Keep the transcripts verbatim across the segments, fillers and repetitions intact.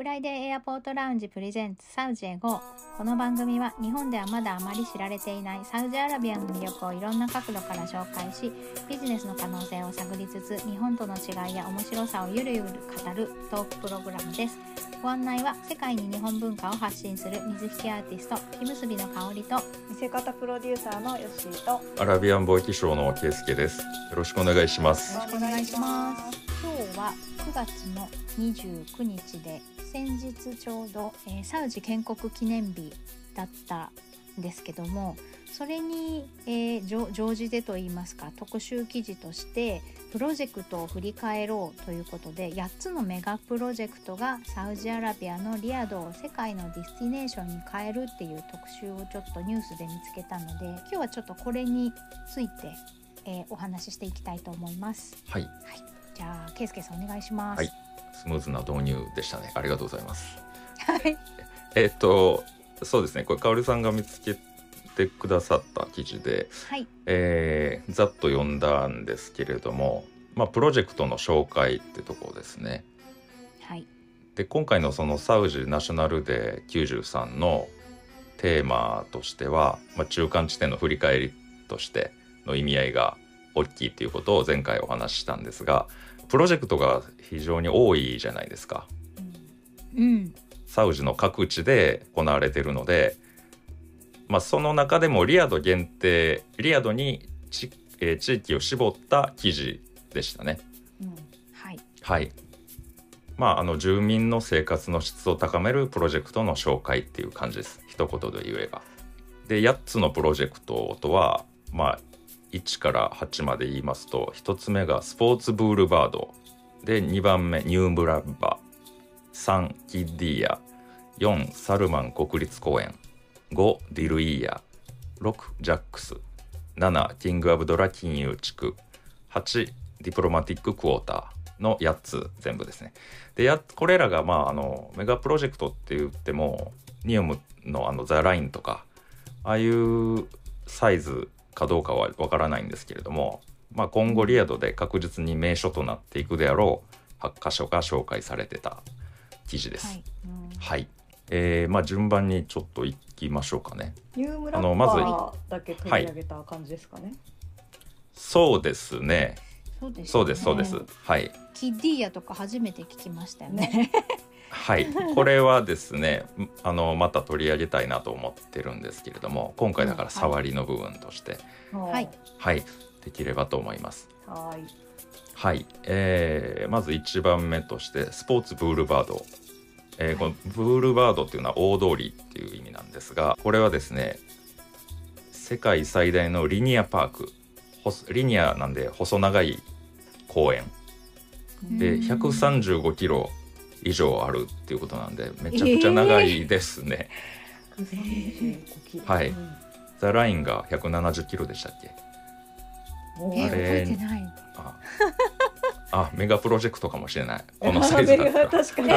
フライデーエアポートラウンジプレゼンツサウジへ ゴー。 この番組は日本ではまだあまり知られていないサウジアラビアの魅力をいろんな角度から紹介し、ビジネスの可能性を探りつつ、日本との違いや面白さをゆるゆる語るトークプログラムです。ご案内は世界に日本文化を発信する水引アーティスト木結びの香りと、 見せ方プロデューサーのヨッシーと、 アラビアン貿易商の圭介です。よろしくお願いします。 よろしくお願いします。今日はくがつのにじゅうくにちで、先日ちょうど、えー、サウジ建国記念日だったんですけども、それに、えー、乗じてといいますか、特集記事としてプロジェクトを振り返ろうということで、やっつのメガプロジェクトがサウジアラビアのリヤドを世界のディスティネーションに変えるっていう特集をちょっとニュースで見つけたので、今日はちょっとこれについて、えー、お話ししていきたいと思います。 はい、 はい、じゃあ圭介さんお願いします。 はい、スムーズな導入でしたね。ありがとうございます。 はい。 えっとそうですね、これ香織さんが見つけてくださった記事で、 はい、 えー、ざっと読んだんですけれども、まあ、プロジェクトの紹介ってところですね。 はい、 で今回のそのサウジナショナルデーきゅうじゅうさんのテーマとしては、まあ、中間地点の振り返りとしての意味合いが大きいということを前回お話ししたんですが、プロジェクトが非常に多いじゃないですか。 うん、 サウジの各地で行われているので、まあ、その中でもリヤド限定、リヤドにち、えー、地域を絞った記事でしたね。 うん、はい、 はい。まあ、あの住民の生活の質を高めるプロジェクトの紹介っていう感じです、一言で言えば。でやっつのプロジェクトとは、まあいちからはちまで言いますと、ひとつめがスポーツブールバードで、にばんめニュームラッバ、さんキッディーヤ、よんサルマン国立公園、ごディルイーヤ、ろくジャックス、ななキングアブドラ金融地区、はちディプロマティッククォーターのやっつ全部ですね。でやこれらが、まあ、あのメガプロジェクトって言っても、ニオムのあのザラインとかああいうサイズかどうかはわからないんですけれども、まあ、今後リヤドで確実に名所となっていくであろうはちかしょが紹介されてた記事です。はい、うんはい、えーまあ、順番にちょっといきましょうかね。 ニュームラッパーだけ取り上げた感じですかね。 はい、そうですね。 そうですね。 そうですそうです。はい。 キッディーヤとか初めて聞きましたよね。 はい、これはですね、あのまた取り上げたいなと思ってるんですけれども、今回だから触りの部分として、 はい、 はい、できればと思います。 はい、 はい、えー、まずいちばんめとしてスポーツブールバード、えー、このブールバードっていうのは大通りっていう意味なんですが、これはですね、世界最大のリニアパーク、リニアなんで細長い公園でひゃくさんじゅうごキロ以上あるっていうことなんで、めちゃくちゃ長いですね。 えー、 はい、うん、ザラインがひゃくななじゅっキロでしたっけ。 えー、覚えてない。 ああ、メガプロジェクトかもしれない、このサイズだったら。 確かに、はい、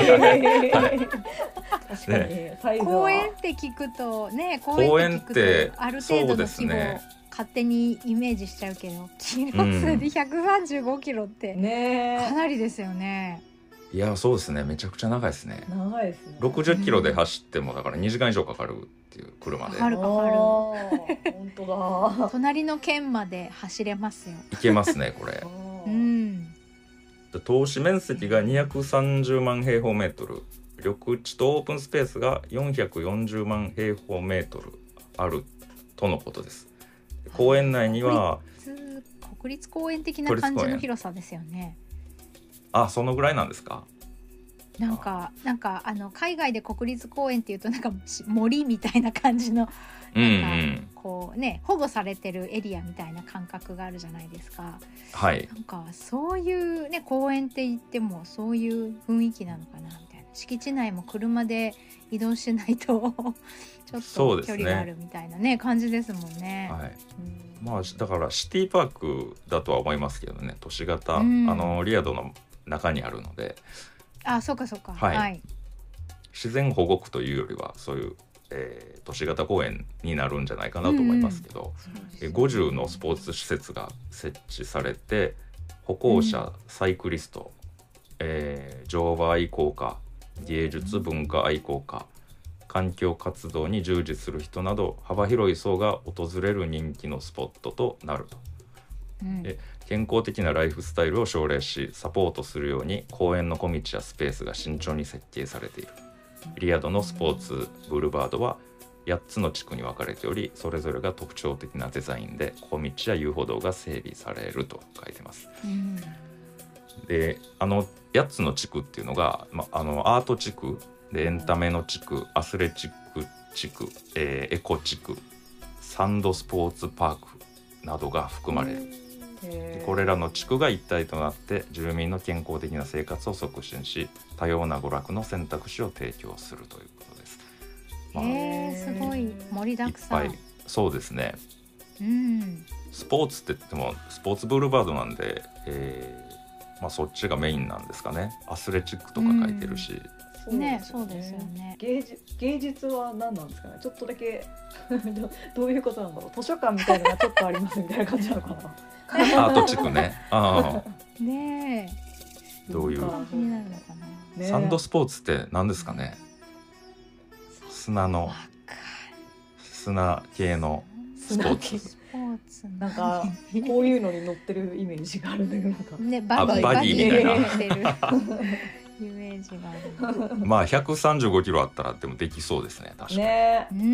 確かに、 ね、 サイズは公園って聞くとね、公園って聞くとある程度の規模を勝手にイメージしちゃうけど、キロ数でひゃくさんじゅうごキロってかなりですよね。 いや、そうですね、めちゃくちゃ長いですね。 長いですね。 ろくじゅっキロで走ってもだからにじかん以上かかるっていう車で。 かかるかかる。 本当だ。 隣の県まで走れますよ。 行けますねこれ。 うん。 投資面積がにひゃくさんじゅうまん平方メートル、緑地とオープンスペースがよんひゃくよんじゅうまん平方メートルあるとのことです。公園内には国立、国立公園的な感じの広さですよね。 あ、そのぐらいなんですか。 なんかなんかあの海外で国立公園っていうとなんか森みたいな感じのなんかこうね、保護されてるエリアみたいな感覚があるじゃないですか。 はい。 なんかそういうね、公園って言ってもそういう雰囲気なのかなみたいな。敷地内も車で移動しないとちょっと距離があるみたいな ね, ね感じですもんね。 はい。うん、まあだからシティパークだとは思いますけどね、都市型、うん、あのリヤドの中にあるので。 あ、そうかそうか、 はいはい、 自然保護区というよりはそういう、えー、都市型公園になるんじゃないかなと思いますけど、うんうん、ごじゅうのスポーツ施設が設置されて、歩行者、サイクリスト、えー、乗馬愛好家、 芸術文化愛好家、環境活動に従事する人など幅広い層が訪れる人気のスポットとなると、うん、で健康的なライフスタイルを奨励しサポートするように公園の小道やスペースが慎重に設計されている。リヤドのスポーツブルーバードはやっつの地区に分かれており、それぞれが特徴的なデザインで小道や遊歩道が整備されると書いてます、うん、であのやっつの地区っていうのが、ま、あのアート地区でエンタメの地区、アスレチック地区、えー、エコ地区、サンドスポーツパークなどが含まれる。でこれらの地区が一体となって住民の健康的な生活を促進し、多様な娯楽の選択肢を提供するということです。 まあ、へー、すごい盛りだくさん。 いっぱい、そうですね、 うん、 スポーツって言ってもスポーツブルーバードなんで、えーまあ、そっちがメインなんですかね。アスレチックとか書いてるし、 うん、ね、そうですよね。 芸術、芸術は何なんですかね。ちょっとだけど, どういうことなんだろう。図書館みたいなのがちょっとありますみたいな感じなのかな。 アート地区ね。あねえ。どういう。 気になるのかな。 サンドスポーツって何ですかね。砂の砂系のスポーツ。 スポーツなんかこういうのに乗ってるイメージがあるんだけど、なんかね、バギーバギーみたいなイメージがある。 まあひゃくさんじゅうごキロあったらでもできそうですね、確かに。 ね、 うん、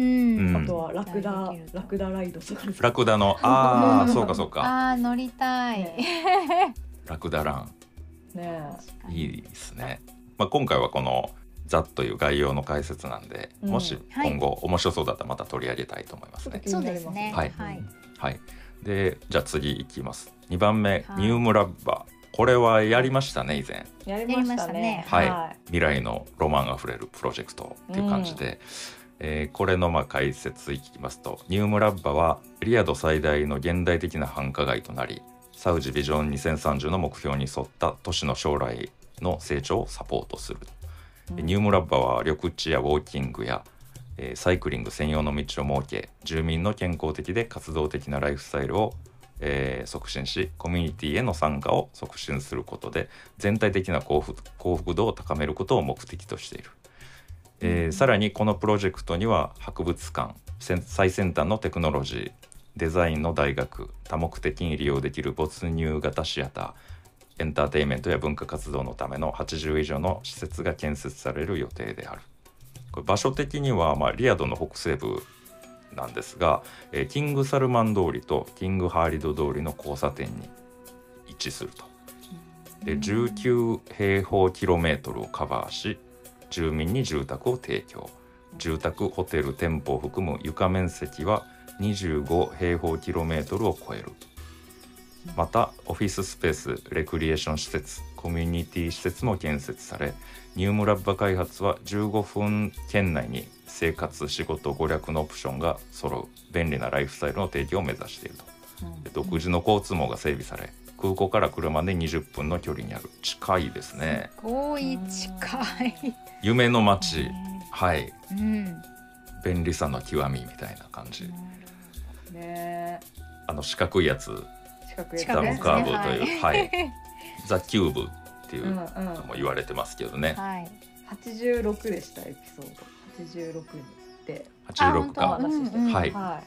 あとはラクダラクダライドとかですか。 ラクダのああそうかそうか。 ああ乗りたい。 ね、ラクダラン。 ね、 いいですね。まあ今回はこのザという概要の解説なんで、うん、もし今後面白そうだったらまた取り上げたいと思いますね。 そうですね。 はい。はい。はい、でじゃあ次いきます。にばんめ、はい、ニュームラッバー。これはやりましたね以前。 やりましたね。 はい。はい、未来のロマンあふれるプロジェクトっていう感じで、うん、えー、これのまあ解説いきますと、ニュームラッバはリヤド最大の現代的な繁華街となり、サウジビジョンにせんさんじゅうの目標に沿った都市の将来の成長をサポートする。うん、ニュームラッバは緑地やウォーキングや、えー、サイクリング専用の道を設け、住民の健康的で活動的なライフスタイルをえー、促進し、コミュニティへの参加を促進することで全体的な幸福、幸福度を高めることを目的としている。えー、さらにこのプロジェクトには博物館、最先端のテクノロジー、デザインの大学、多目的に利用できる没入型シアター、エンターテインメントや文化活動のためのはちじゅう以上の施設が建設される予定である。これ場所的には、まあ、リヤドの北西部なんですが、えー、キングサルマン通りとキングハーリド通りの交差点に位置すると。でじゅうきゅう平方キロメートルをカバーし、住民に住宅を提供。住宅、ホテル、店舗を含む床面積はにじゅうご平方キロメートルを超える。またオフィススペース、レクリエーション施設、コミュニティ施設も建設され、ニュームラッバ開発はじゅうごふん圏内に生活、仕事、娯楽のオプションが揃う便利なライフスタイルの提供を目指していると。うん、独自の交通網が整備され、空港から車でにじゅっぷんの距離にある。近いですね。 すごい近い。 夢の街、はい、 うん、 便利さの極みみたいな感じ。 ね、 あの四角いやつ、 四角いやつ、 ザ・ムカーブという、はいはい、ザ・キューブっていうのうんうんも言われてますけどね。 はい、 はちじゅうろくでしたエピソード。はちじゅうろくではちじゅうろくか、 話して、うんうん、 はい、 はい、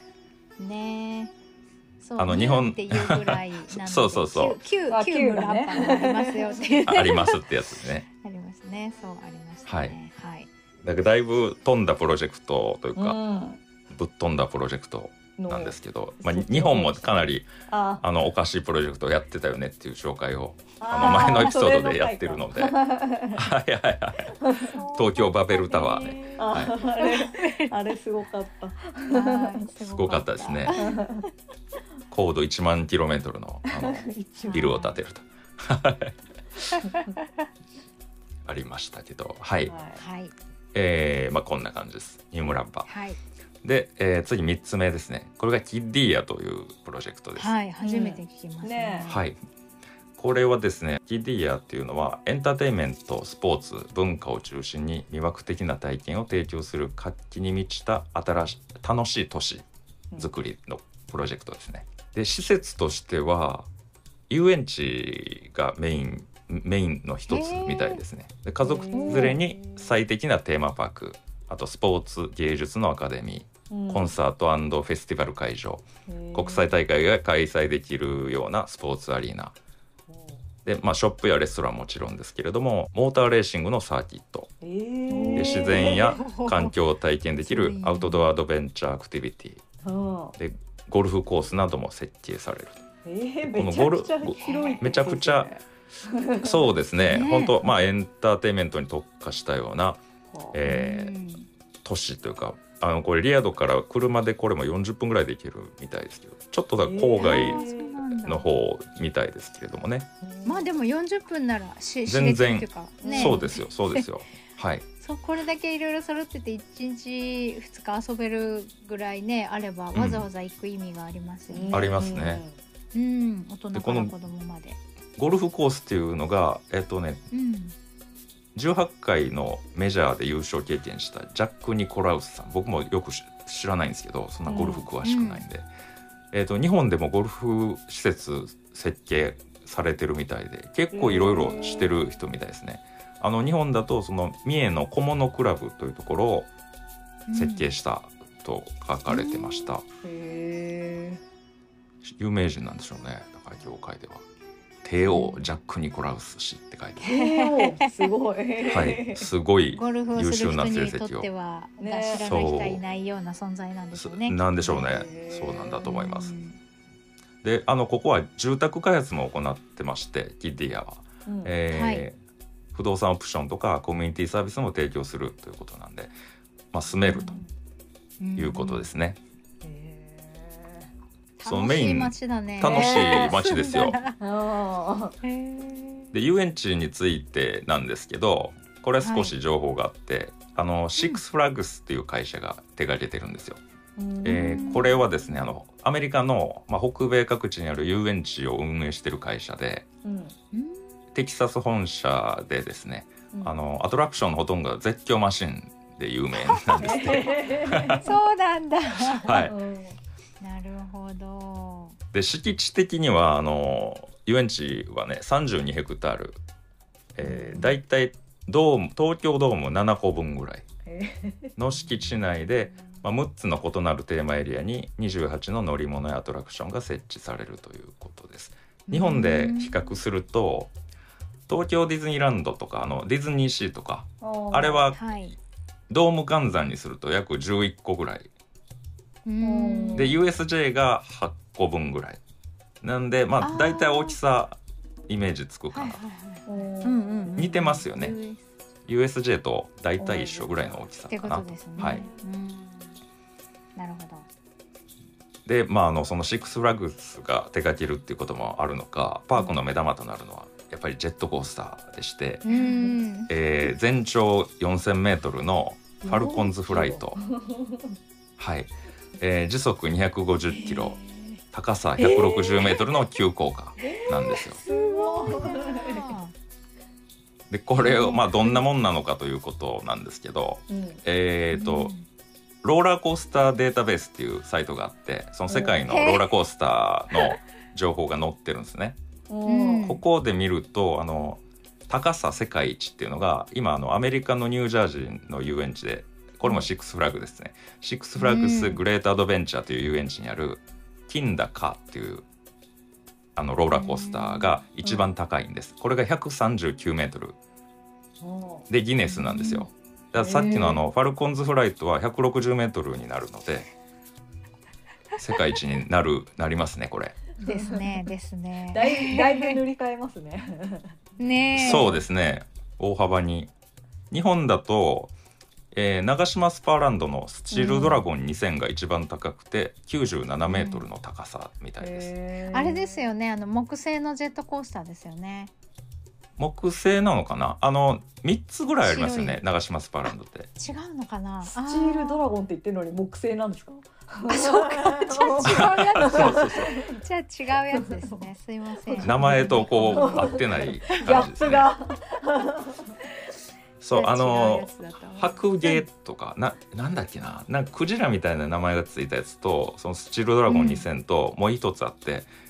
ねそうあの日本っていうぐらいなんでそうそうそうキューキュー村ねありますよねありますってやつねありますね、そうありましたね、 はい、 はい、 だからだいぶ飛んだプロジェクトというか、 うん、 ぶっ飛んだプロジェクトなんですけど、まあ、日本もかなりああのおかしいプロジェクトをやってたよねっていう紹介をあの前のエピソードでやってるのではいはいはい東京バベルタワーね、 あ、はい、あれあれすごかったすごかったですね高度いちまんキロメートル の, あのビルを建てるとありましたけど、はい、 はい、 えーまあ、こんな感じです。ニュームラッバ、 はい、 で、えー、次みっつめですね。これがキッディーヤというプロジェクトです。 はい、初めて聞きますね、 うん、 はい、これはですね、キッディーヤっていうのはエンターテインメント、スポーツ、文化を中心に魅惑的な体験を提供する活気に満ちた新し楽しい都市作りのプロジェクトですね。で、施設としては遊園地がメインメインの一つみたいですね。で家族連れに最適なテーマパーク、あとスポーツ芸術のアカデミー、コンサート&フェスティバル会場、国際大会が開催できるようなスポーツアリーナで、まあ、ショップやレストランもちろんですけれども、モーターレーシングのサーキットで、自然や環境を体験できるアウトドアアドベンチャーアクティビティで、ゴルフコースなども設計される。 えー、 このめちゃくちゃ広い。 めちゃくちゃそうですね、 ね本当、まあ、エンターテインメントに特化したような、えーうん都市というか、あのこれリヤドから車でこれもよんじゅっぷんぐらいで行けるみたいですけど、ちょっとだ郊あ外ーそうなんだの方みたいですけれどもね。 まあでもよんじゅっぷんならし全然知れてるっていうか、ね、 そうですよそうですよはい。 そうこれだけいろいろ揃ってていちにちふつか遊べるぐらいねあれば、 んわざわざ行く意味がありますよね。 ありますね。 うん、大人でこのから子供まで。 ゴルフコースっていうのがえっとねうんじゅうはちかいのメジャーで優勝経験したジャック・ニコラウスさん、僕もよく知らないんですけど、そんなゴルフ詳しくないんで、うんえー、と日本でもゴルフ施設設計されてるみたいで、結構いろいろしてる人みたいですね。あの日本だとその三重の小物クラブというところを設計したと書かれてました。 へえ。 有名人なんでしょうね。だから業界では帝王ジャック・ニコラウス氏って書いてある。 すごい。 はい、すごいゴルフを優秀する人な成績をにとっては、 ね知らない人はいないような存在なんでしょうね。 なんでしょうね。 へーそうなんだと思いますう。んで、あのここは住宅開発も行ってまして、キッディアは、 うんえーはい不動産オプションとかコミュニティサービスも提供するということなんで、まあ、住めるということですね。 へそのメイン楽しい街だね。 楽しい街ですよ。 ーあーへーで遊園地についてなんですけど、これ少し情報があって、あのシックスフラッグスっていう会社が手掛けてるんですよ。えーこれはですね、あのアメリカの、まあ、北米各地にある遊園地を運営してる会社で、 うんうんテキサス本社でですね、 うんあのアトラクションのほとんどが絶叫マシンで有名なんですね。 そうなんだ。 はい、 うんなるほど。 で敷地的にはあの遊園地はねさんじゅうにヘクタール、えー、だいたいドーム東京ドームななこぶんぐらいの敷地内で、まあ、むっつの異なるテーマエリアににじゅうはちの乗り物やアトラクションが設置されるということです。日本で比較すると東京ディズニーランドとかあのディズニーシーとかあれははい。 ドーム換算にすると約じゅういっこぐらいうんで ユーエスジェー がはっこぶんぐらいなんで、まああー大体大きさイメージつくかな、 はいはいはい。 うんうんうんうん似てますよね。 ユーエスユーエスジェー と大体一緒ぐらいの大きさってこかな。 とですね。 はい。 うんなるほど。 でまああのそのシックスフラッグスが手掛けるっていうこともあるのか、パークの目玉となるのはやっぱりジェットコースターでして、 うん。 えー全長よんせんメートルのファルコンズフライト、はい、えー時速にひゃくごじゅっキロ、高さひゃくろくじゅうメートルの急降下なんですよ。 すごい。 でこれをまあどんなもんなのかということなんですけど、 うんえーとローラーコースターデータベースっていうサイトがあって、その世界のローラーコースターの情報が載ってるんですね。 うんここで見るとあの高さ世界一っていうのが今あのアメリカのニュージャージーの遊園地で、これもシックスフラッグですね、シックスフラッグスグレートアドベンチャーという遊園地にあるキンダカっていうあのローラーコースターが一番高いんです。これがひゃくさんじゅうきゅうメートルでギネスなんですよ。だからさっきのあのファルコンズフライトはひゃくろくじゅうメートルになるので世界一になるなりますねこれ。 ですねですね。 だいだいぶ塗り替えますね。 ねえ。 そうですね、大幅に。日本だと、えー、長島スパーランドのスチールドラゴンにせんが一番高くてきゅうじゅうななメートルの高さみたいです。 へーあれですよね。あの木製のジェットコースターですよね。 木製なのかな、あのみっつぐらいありますよね白い長島スパーランドって。 違うのかな。 スチールドラゴンって言ってるのに木製なんですか？ あそうか。じゃあ違うやつ。 そうそうそうじゃあ違うやつですね。すいません。 名前とこう合ってないギャ感じですね。 ップが。 そうあの違うやつだと思う白芸とかな、なんだっけな、なんかクジラみたいな名前がついたやつとそのスチールドラゴンにせんともう一つあって、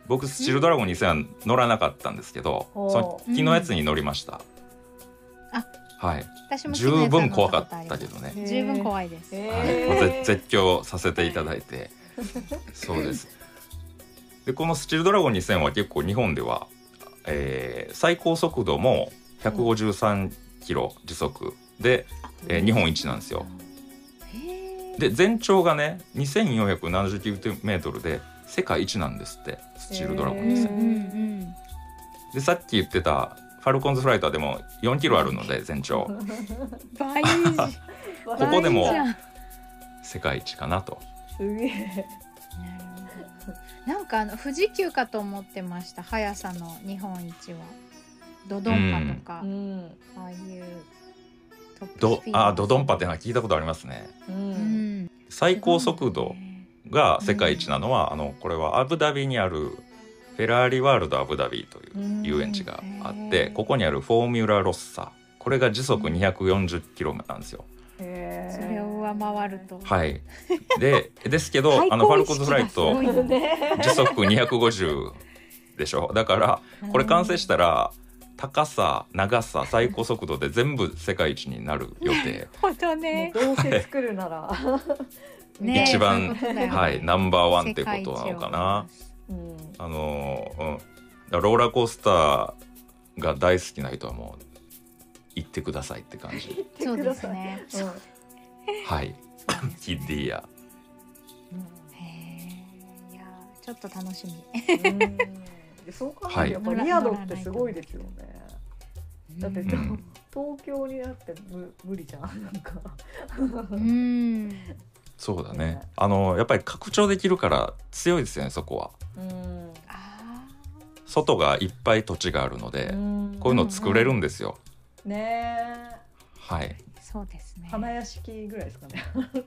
僕スチールドラゴンにせんは乗らなかったんですけど、 うんその木のやつに乗りました、 あ、 はい、 私も十分怖かったけどね、 十分怖いです。 へはいーもう絶絶叫させていただいてそうです。でこのスチールドラゴンにせんは結構日本では、えー最高速度もひゃくごじゅうさんキロ時速で、えー日本一なんですよ。 へーで全長がねにせんよんひゃくななじゅうきゅうメートルで世界一なんですってスチールドラゴンにせん、 うんうんうん。 でさっき言ってたファルコンズフライターでもよんキロあるので全長倍以上。 ここでも倍じゃん。 世界一かなと。 すげえ。 なるほど。なんかあの富士急かと思ってました。速さの日本一は。ドドンパとか、 うんああいうトップどスピードあドドンパってのは聞いたことありますね。 ううんん。 最高速度が世界一なのは、 うんあのこれはアブダビにあるフェラーリワールドアブダビという遊園地があって、 うんここにあるフォーミュラロッサ、これが時速にひゃくよんじゅっキロなんですよ。 へーそれを上回ると。 はいでですけど最高あのファルコンズフライ意識がすごトいなね。 時速にひゃくごじゅうでしょ。だからこれ完成したら高さ長さ最高速度で全部世界一になる予定ほんともねう。どうせ作るなら、 ね一番そういうことだよねはいナンバーワンってことなのかな。 うん、 あの、うん、だからローラーコースターが大好きな人はもう行ってくださいって感じ。 そうですね。 はいキッディアへえ。いやーちょっと楽しみ。 うんうんそう考えるとやっぱリアドってすごいですよね。だって、 うん東京になって無無理じゃんなんか。 うん。 そうだね。あのやっぱり拡張できるから強いですよねそこは。 うんあ外がいっぱい土地があるので、こういうの作れるんですよ。 ねえ、 はいあ、そうですね。 花屋敷ぐらいですかね。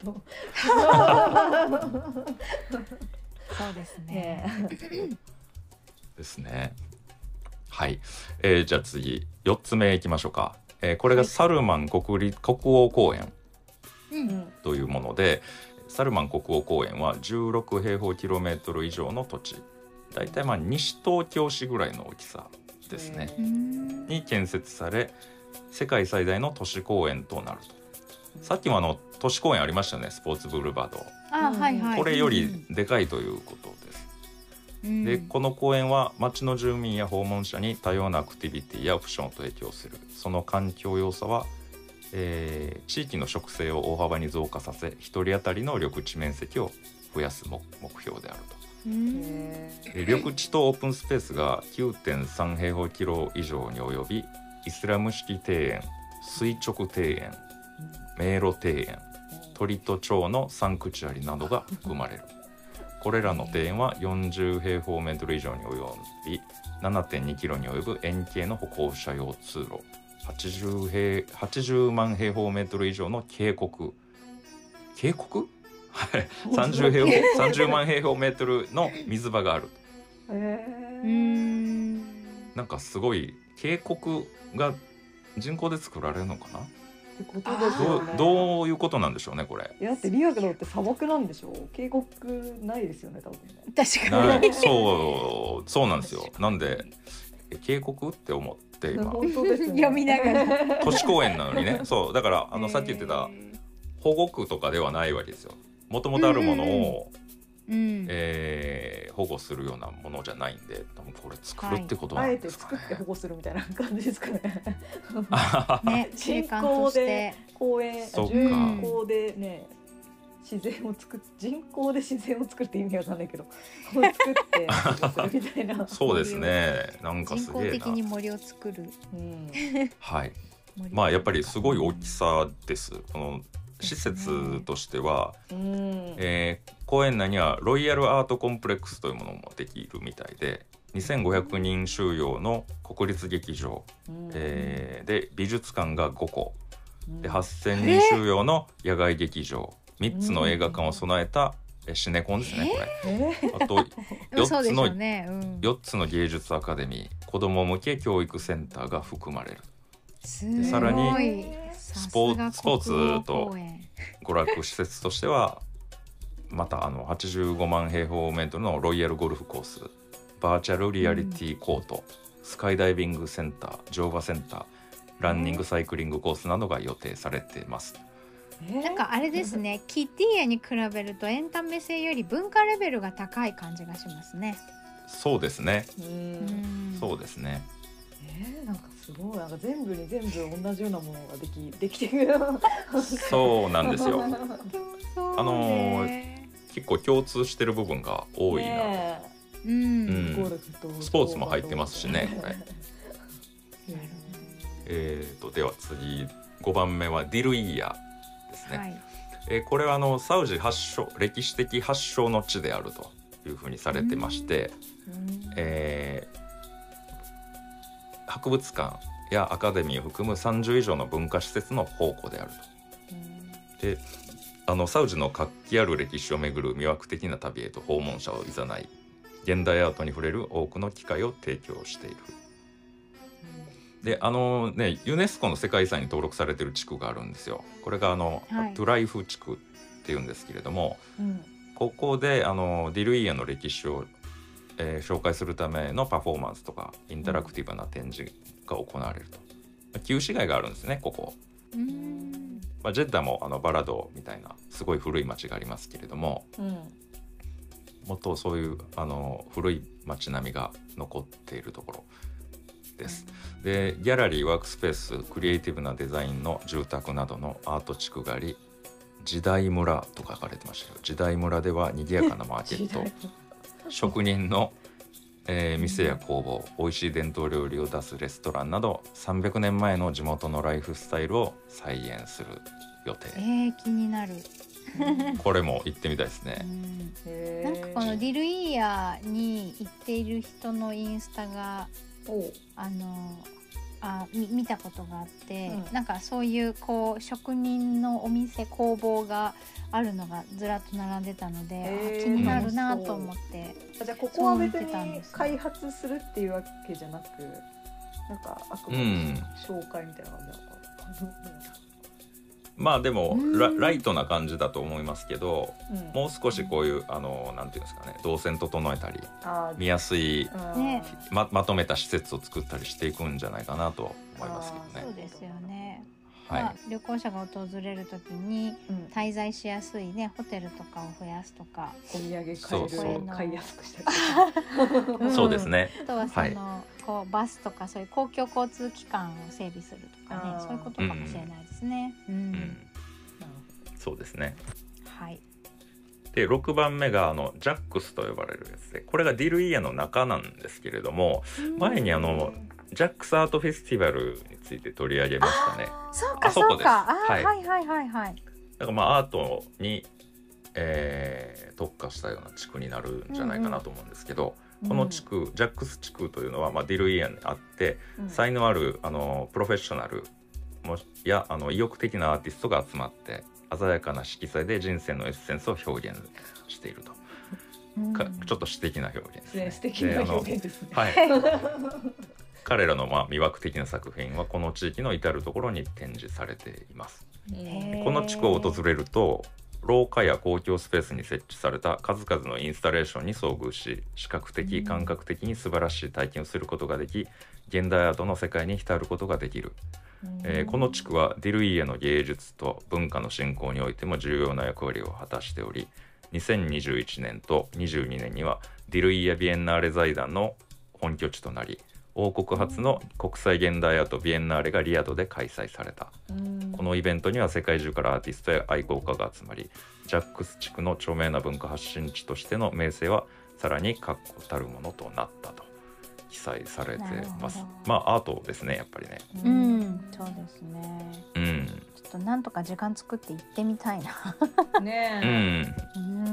そうですね。 ねですね。はい、えーじゃあ次よっつめいきましょうか。えーこれがサルマン国立国王公園う。 え、うんんというもので、サルマン国王公園はじゅうろくへいほうキロメートル以上の土地、だいたいまあ西東京市ぐらいの大きさですね、 うんに建設され世界最大の都市公園となると。さっきもあの都市公園ありましたね、スポーツブルーバード、 あ、はいはい。 これよりでかいということです。 うんでこの公園は町の住民や訪問者に多様なアクティビティやオプションを提供する。その環境要素は、えー地域の植生を大幅に増加させひとり当たりの緑地面積を増やす目目標であると。 うんへで緑地とオープンスペースが きゅうてんさんへいほうキロ以上に及び、イスラム式庭園、垂直庭園、迷路庭園、鳥と蝶のサンクチュアリなどが含まれる。これらの庭園はよんじゅうへいほうメートル以上に及び ななてんにキロに及ぶ円形の歩行者用通路、はちじゅうへいはちじゅうまんへいほうメートル以上の渓谷渓谷はいさんじゅうへいほうさんじゅうまんへいほうメートルの水場がある。 えう。ん。 なんかすごい渓谷が人工で作られるのかな。 ってことですどうよね。 どういうことなんでしょうねこれ。 いやだってリアドって砂漠なんでしょ。渓谷ないですよね多分ね。 確かに。 なそうそうなんですよ。なんでえ渓谷って思って今本当ですね。 読みながら都市公園なのにね。そうだからあのさっき言ってたへ保護区とかではないわけですよ。もともとあるものを、 ーうん。 えー保護するようなものじゃないんで、多分これ作るってことなあえんですかね。 て作って保護するみたいな感じですかね。 ね、 人景観と工でして。 公園、 そっか人工でね自然を作っ人工で自然を作るって意味わかんないけど、作って保護するみたいな。 そうですね。なんか人工すげえな。 的に森を作る。 うん。 はい。 森まあやっぱりすごい大きさです。この施設としては、 うん。 えー公園内にはロイヤルアートコンプレックスというものもできるみたいで、にせんごひゃくにん収容の国立劇場、 うんえーで美術館がごこうんではっせんにん収容の野外劇場、みっつの映画館を備えたえシネコンですねこえれ。あとよっそうでしょつのうね。うん。 よっつの芸術アカデミー、子ども向け教育センターが含まれる。 すごい。 さらにさスポすがーツスポーツ国王と公園娯楽施設としてはまたあのはちじゅうごまんへいほうメートルのロイヤルゴルフコースバーチャルリアリティコート、うん、スカイダイビングセンター、乗馬センター、ランニングサイクリングコースなどが予定されています。 なんかあれですね、キティエに比べるとエンタメ性より文化レベルが高い感じがしますね。 そうですね、 うん、 そうですね。 えー、なんかすごい、なんか全部に全部同じようなものができできてるそうなんですよ。あのー、結構共通してる部分が多いなと、ね、うん、ゴルフとスポーツも入ってますしね、はい、えーとでは次ごばんめはディルイヤーですね、はい。えー、これはあのサウジ発祥、歴史的発祥の地であるというふうにされてまして、えー、博物館やアカデミーを含むさんじゅう以上の文化施設の宝庫であると。で、あのサウジの活気ある歴史をめぐる魅惑的な旅へと訪問者をいざない現代アートに触れる多くの機会を提供している。で、あのね、ユネスコの世界遺産に登録されている地区があるんですよ。これがあの、はい、トゥライフ地区っていうんですけれども、うん、ここであのディルイヤの歴史を、えー、紹介するためのパフォーマンスとかインタラクティブな展示が行われると、うん、旧市街があるんですね、ここ。うーん、まあ、ジェッダもあのバラドみたいなすごい古い町がありますけれども、うん、もっとそういうあの古い町並みが残っているところです。で、ギャラリー、ワークスペース、クリエイティブなデザインの住宅などのアート地区があり、時代村と書かれてましたよ。時代村では賑やかなマーケット職人の、えー、店や工房、美味しい伝統料理を出すレストランなどさんびゃくねんまえの地元のライフスタイルを再現する予定。 えー、気になるこれも行ってみたいですね。うん、 へー、なんかこのディルイヤに行っている人のインスタがあのあ見たことがあって、うん、なんかそういうこう職人のお店、工房があるのがずらっと並んでたので、えー、気になるなと思って、 うん、じゃあここは別に開発するっていうわけじゃなく、なんかあくまで紹介みたいな感じなのかな、うんまあでも ラ, ライトな感じだと思いますけど、うん、もう少しこういうあのなんていうんですかね、動線整えたり見やすい、ね、ま, まとめた施設を作ったりしていくんじゃないかなと思いますけどね。 そうですよね、はい。まあ、旅行者が訪れる時に滞在しやすいね、ホテルとかを増やすとか、 お土産買える、そうそう買いやすくしたりとか、うん、そうですね。 あとはその、はい、こうバスとかそういう公共交通機関を整備するとかね、そういうことかもしれないですね。うんうんうん、 そうですね。 はい。 でろくばんめがあのジャックスと呼ばれるやつで、これがディルイヤの中なんですけれども、前にあのジャックスアートフェスティバルについて取り上げましたね。 あ、そうかそうか。あ、はい、はいはいはいはい。 だからまあアートに、えー、特化したような地区になるんじゃないかなと思うんですけど、うんうん、この地区、うん、ジャックス地区というのは、まあ、ディルイヤにあって、うん、才能あるあのプロフェッショナルもやあの意欲的なアーティストが集まって鮮やかな色彩で人生のエッセンスを表現していると、うん、かちょっと詩的な表現ですね。 素敵な表現ですね。 はい彼らのまあ魅惑的な作品はこの地域の至るところに展示されています。この地区を訪れると廊下や公共スペースに設置された数々のインスタレーションに遭遇し、視覚的感覚的に素晴らしい体験をすることができ、現代アートの世界に浸ることができる。えー、この地区はディルイヤの芸術と文化の振興においても重要な役割を果たしており、にせんにじゅういちねんとにじゅうにねんにはディルイヤビエンナーレ財団の本拠地となり、王国初の国際現代アートビエンナーレがリヤドで開催された。このイベントには世界中からアーティストや愛好家が集まり、ジャックス地区の著名な文化発信地としての名声はさらに確固たるものとなったと記載されてます。まあアートですね、やっぱりね。 うん、そうですね。うん。ちょっとなんとか時間作って行ってみたいな。 ねえ。うん。うん。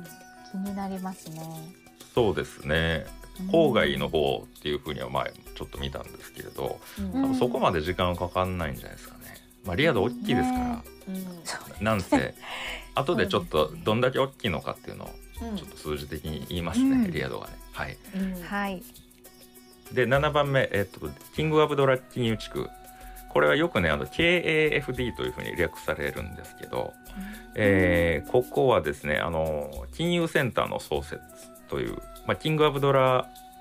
気になりますね。 そうですね。郊外の方っていう風には前ちょっと見たんですけれど、うん、多分そこまで時間はかかんないんじゃないですかね。まあ、リヤド大きいですから、ね、うん、なんせ後でちょっとどんだけ大きいのかっていうのをちょっと数字的に言いますね、うん、リヤドがね。はい、 うん、はい。 でななばんめ、えっと、キングアブドラッキニュー地区。これはよくねあの ケーエーエフディー というふうに略されるんですけど、うん、えー、ここはですねあの金融センターの創設という、まあ、キングアブドラ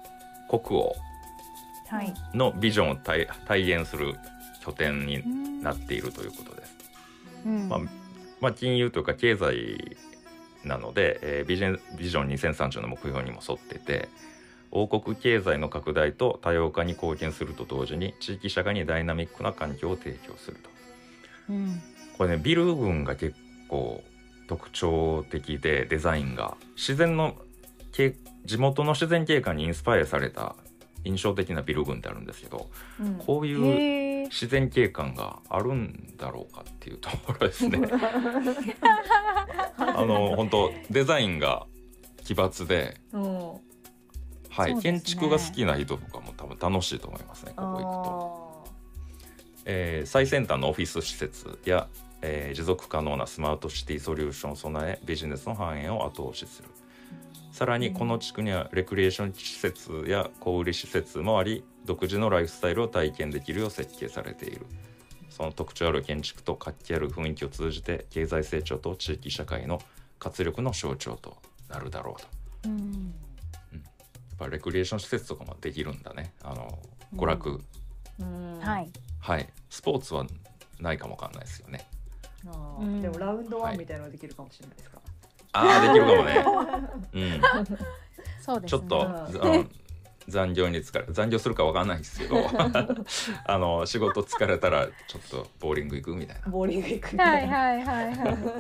国王はい。 のビジョンを体体現する拠点になっているということです。 うんまあまあ、金融というか経済なので、えー、ビジョン、ビジョンにせんさんじゅうの目標にも沿ってて、王国経済の拡大と多様化に貢献すると同時に地域社会にダイナミックな環境を提供すると。 うんこれね、ビル群が結構特徴的で、デザインが自然の景地元の自然景観にインスパイアされた印象的なビル群ってあるんですけど、 うんこういうへー自然景観があるんだろうかっていうところですね。あの本当デザインが奇抜で、 うんはい、 そうですね建築が好きな人とかも多分楽しいと思いますね、ここ行くと。えー最先端のオフィス施設や、えー持続可能なスマートシティソリューションを備え、ビジネスの繁栄を後押しする。さらにこの地区にはレクリエーション施設や小売施設もあり、独自のライフスタイルを体験できるよう設計されている。その特徴ある建築と活気ある雰囲気を通じて、経済成長と地域社会の活力の象徴となるだろうと。 うんやっぱレクリエーション施設とかもできるんだね。あの娯楽、 うんはい。 はい、スポーツはないかもわかんないですよね。 あーうんでもラウンドワンみたいなのできるかもしれないですか。 ああ、できるかもね。うんそうですね。 ちょっと、 うんうん、残業に疲れ残業するかわかんないですけどあの仕事疲れたらちょっとボーリング行くみたいな、 ボーリング行くみたはいいな。 はいはい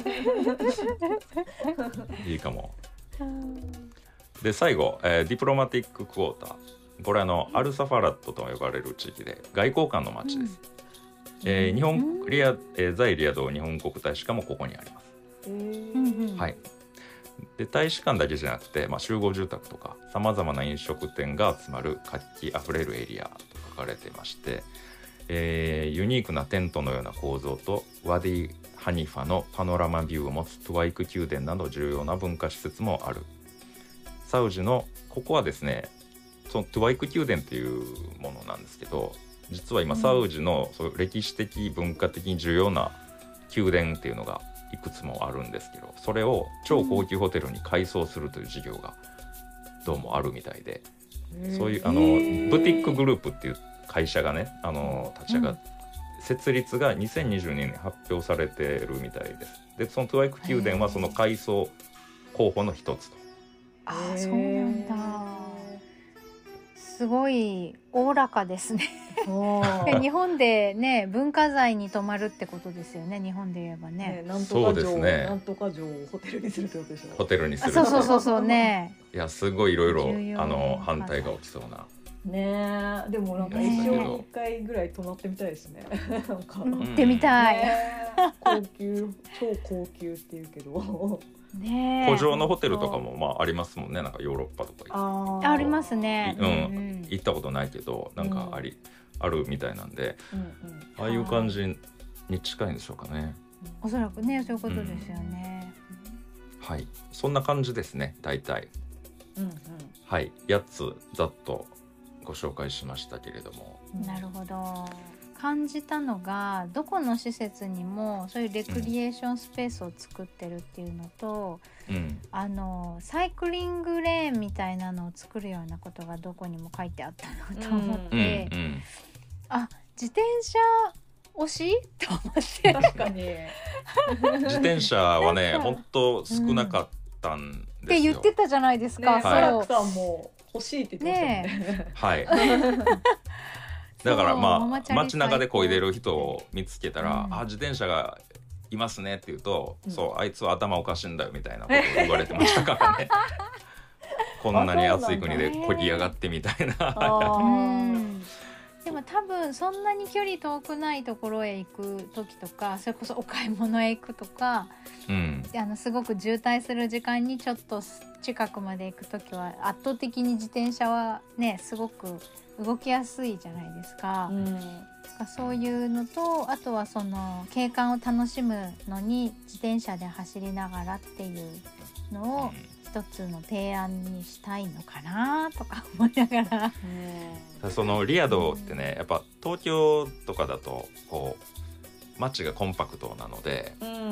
はいいかも。 い。 で最後、えーディプロマティッククォーター、これあのアルサファラットと呼ばれる地域で外交官の町です。えー日本リア、えー在リヤド日本国大使館もここにあります。 えーうんうんはい。で大使館だけじゃなくて、まあ、集合住宅とかさまざまな飲食店が集まる活気あふれるエリアと書かれてまして、えーユニークなテントのような構造とワディ・ハニファのパノラマビューを持つトゥワイク宮殿など重要な文化施設もある。サウジのここはですね、そのトゥワイク宮殿っていうものなんですけど、実は今サウジのそういう歴史的文化的に重要な宮殿っていうのがいくつもあるんですけど、それを超高級ホテルに改装するという事業がどうもあるみたいで、そういうあのブティックグループっていう会社がね、あの立ち上がっ、設立がにせんにじゅうにねんに発表されてるみたいです。でそのトゥワイク宮殿はその改装候補の一つと。 ああ、そうなんだ。すごいおおらかですね。日本でね、文化財に泊まるってことですよね。日本で言えばね。 ね、なんとそうでか城、 すねなんとか城をホテルにするってことでしょ。 ホテルにすあ、 る。 そうそうそうそうね。 いやすごいいろいろ重要あの反対が起きそうな。 ねえ、でもなんかね一生に一回ぐらい泊まってみたいですね。なんか、 行ってみたい。 ねえ高級、超高級っていうけど。 ねえ。 古城のホテルとかもまあありますもんね。なんかヨーロッパとかあありますね。 うんうん行ったことないけどなんかあり、あるみたいなんで、 うんうんああいう感じに近いんでしょうかね。 おそらくね、そういうことですよね。 はい、そんな感じですね大体。 うんうんはい、やっつざっとご紹介しましたけれども、 うんなるほど。感じたのが、どこの施設にもそういうレクリエーションスペースを作ってるっていうのと、 うんあのサイクリングレーンみたいなのを作るようなことがどこにも書いてあったなと思っうんて、 うんあ、自転車推しと思って確かに。 自転車はねなんか本当少なかったんっですよ。 て言ってたじゃないですね、 か。 はいサラそうクさんも欲しいって言ってましたよね。 はい。だからまあそうママチャリ街中でこいでる人を見つけたら、 うんあ自転車がいますねって言うと、 うんそうあいつは頭おかしいんだよみたいなことを言われてましたからね。こんなに暑い国でこぎやがってみたいな。 あうーんでも多分そんなに距離遠くないところへ行く時とか、それこそお買い物へ行くとか、 うんあのすごく渋滞する時間にちょっと近くまで行く時は圧倒的に自転車はねすごく動きやすいじゃないですか。 うんそういうのと、あとはその景観を楽しむのに自転車で走りながらっていうのを一つの提案にしたいのかなとか思いながら。 うんそのリヤドってねやっぱ東京とかだとこう街がコンパクトなので、 うん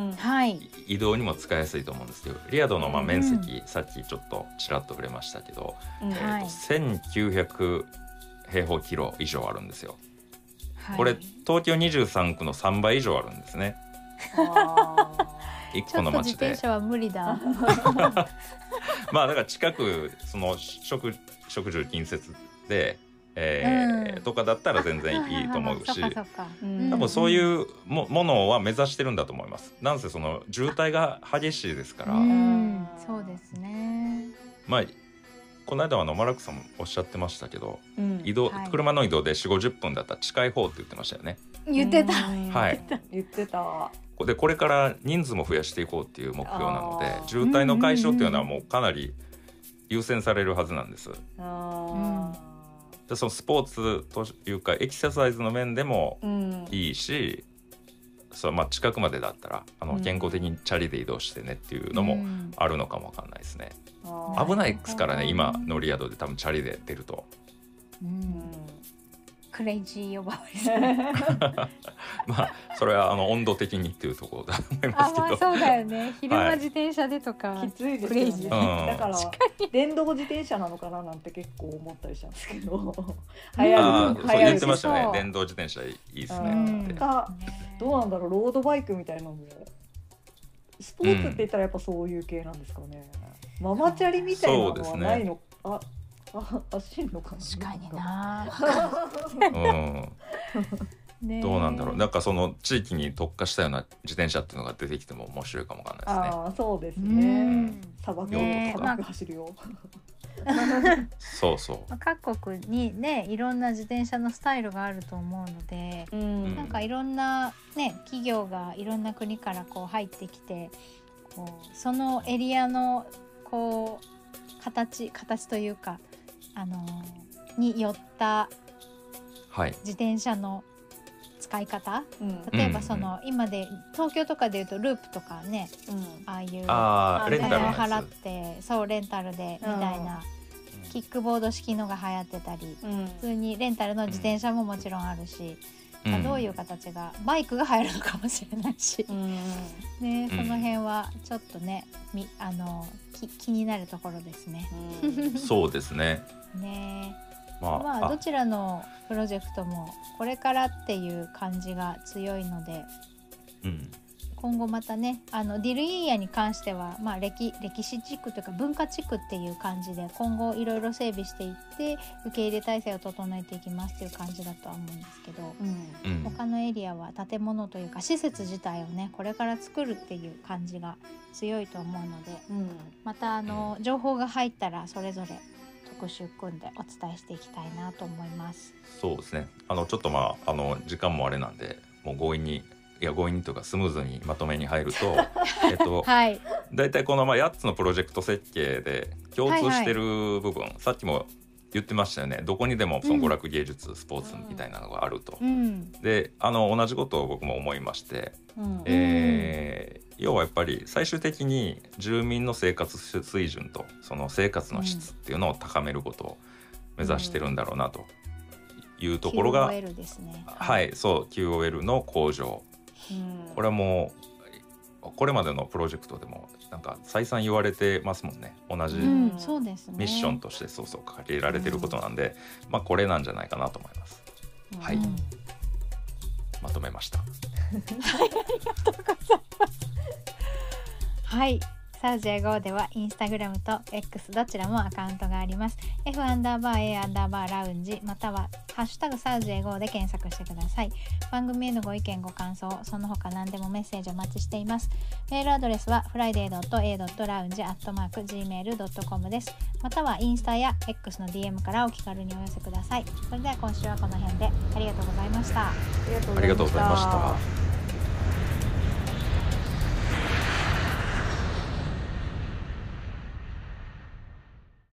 うんはい移動にも使いやすいと思うんですけど、リヤドのまあ面積、 うさっきちょっとちらっと触れましたけど、 うんえーとはいせんきゅうひゃく平方キロ以上あるんですよ。 はいこれ東京にじゅうさんくのさんばい以上あるんですね、 あいっちょっと自この町で転車は無理だまあだから近くその食食住近接で、えーうんとかだったら全然いいと思うし、 そっかそっか、 うん多分そういうもものは目指してるんだと思います。なんせその渋滞が激しいですから、 うんそうですね。 まあこの間はあのマラックさんもおっしゃってましたけど、 うん移動、 はい車の移動でよんじゅうごじゅっぷんだったら近い方って言ってましたよね。 言ってた、 うんはい言ってた。 でこれから人数も増やしていこうっていう目標なので、 あー渋滞の解消っていうのはもうかなり優先されるはずなんです。 あでそのスポーツというかエクササイズの面でもーうんいいし、そうまあ、近くまでだったらあのうん健康的にチャリで移動してねっていうのもうんあるのかもわかんないですね。 あー危ないですからね、 うん今のリヤドで多分チャリで出ると。 ううんんクレイジー呼ばわりですねまあそれはあの温度的にっていうところだと思いまあすけど、 まあそうだよね昼間はい自転車でとか、 きついですクレイジよね。 ーだから確電動自転車なのかななんて結構思ったりしたんですけど、 あ流行ーそうる流行る言ってましたねそう電動自転車いいですねうんって。 かどうなんだろう、ロードバイクみたいなのもスポーツって言ったらやっぱそういう系なんですかね。ママチャリみたいなのはないの、ああ走んのかな。 確かになうんねどうなんだろう、なんかその地域に特化したような自転車っていうのが出てきても面白いかもわかんないですね。 ああそうですうね。 ん砂漠ね砂漠走るよ。 そうそうまあ各国にねいろんな自転車のスタイルがあると思うので、 うんなんかいろんなね企業がいろんな国からこう入ってきてこうそのエリアのこう形形というかあのによったはい自転車の使い方、 うん例えばその、今で東京とかでいうとループとかねうんああいうあーレンタルのお金を払っやつてそうレンタルでみたいなキックボード式のが流行ってたりうん普通にレンタルの自転車ももちろんあるし、 うんまあどういう形がバイクが流行るのかもしれないし、 うんね、 うんその辺はちょっとねみあのき気になるところですね。 うんそうですね。 ねまあ、 まあどちらのプロジェクトもこれからっていう感じが強いのでうん今後またねあのディルイーヤに関しては、まあ、歴, 歴史地区というか文化地区っていう感じで今後いろいろ整備していって受け入れ体制を整えていきますっていう感じだとは思うんですけど、 うんうん他のエリアは建物というか施設自体をねこれから作るっていう感じが強いと思うのでうんまたあの情報が入ったらそれぞれ特集組んでお伝えしていきたいなと思います。 そうですね。あのちょっとまああの時間もあれなんで、もう強引にいや強引にというかスムーズにまとめに入ると、えっとはい、 だいたいこのまあやっつのプロジェクト設計で共通してる部分、さっきも言ってましたよね。どこにでもその娯楽芸術、スポーツみたいなのがあると。 うんで、あの同じことを僕も思いまして、 うんえー要はやっぱり最終的に住民の生活水準とその生活の質っていうのを高めることを目指してるんだろうなというところが、 キューオーエル ですね。 はいそう キューオーエル の向上、 うんこれはもうこれまでのプロジェクトでもなんか再三言われてますもんね。同じうん、そうですね。 ミッションとしてそうそう掲げられてることなんで、まあこれなんじゃないかなと思います。はいうんまとめました。 はい。サウジエゴーではインスタグラムと X どちらもアカウントがあります。F アンダーバー A アンダーバーラウンジまたはハッシュタグサウジエゴーで検索してください。番組へのご意見ご感想その他何でもメッセージお待ちしています。メールアドレスは フライデードットエードットラウンジアットマークジーメールドットコム です。またはインスタや X の ディーエム からお気軽にお寄せください。それでは今週はこの辺でありがとうございました。 あありがとうございました。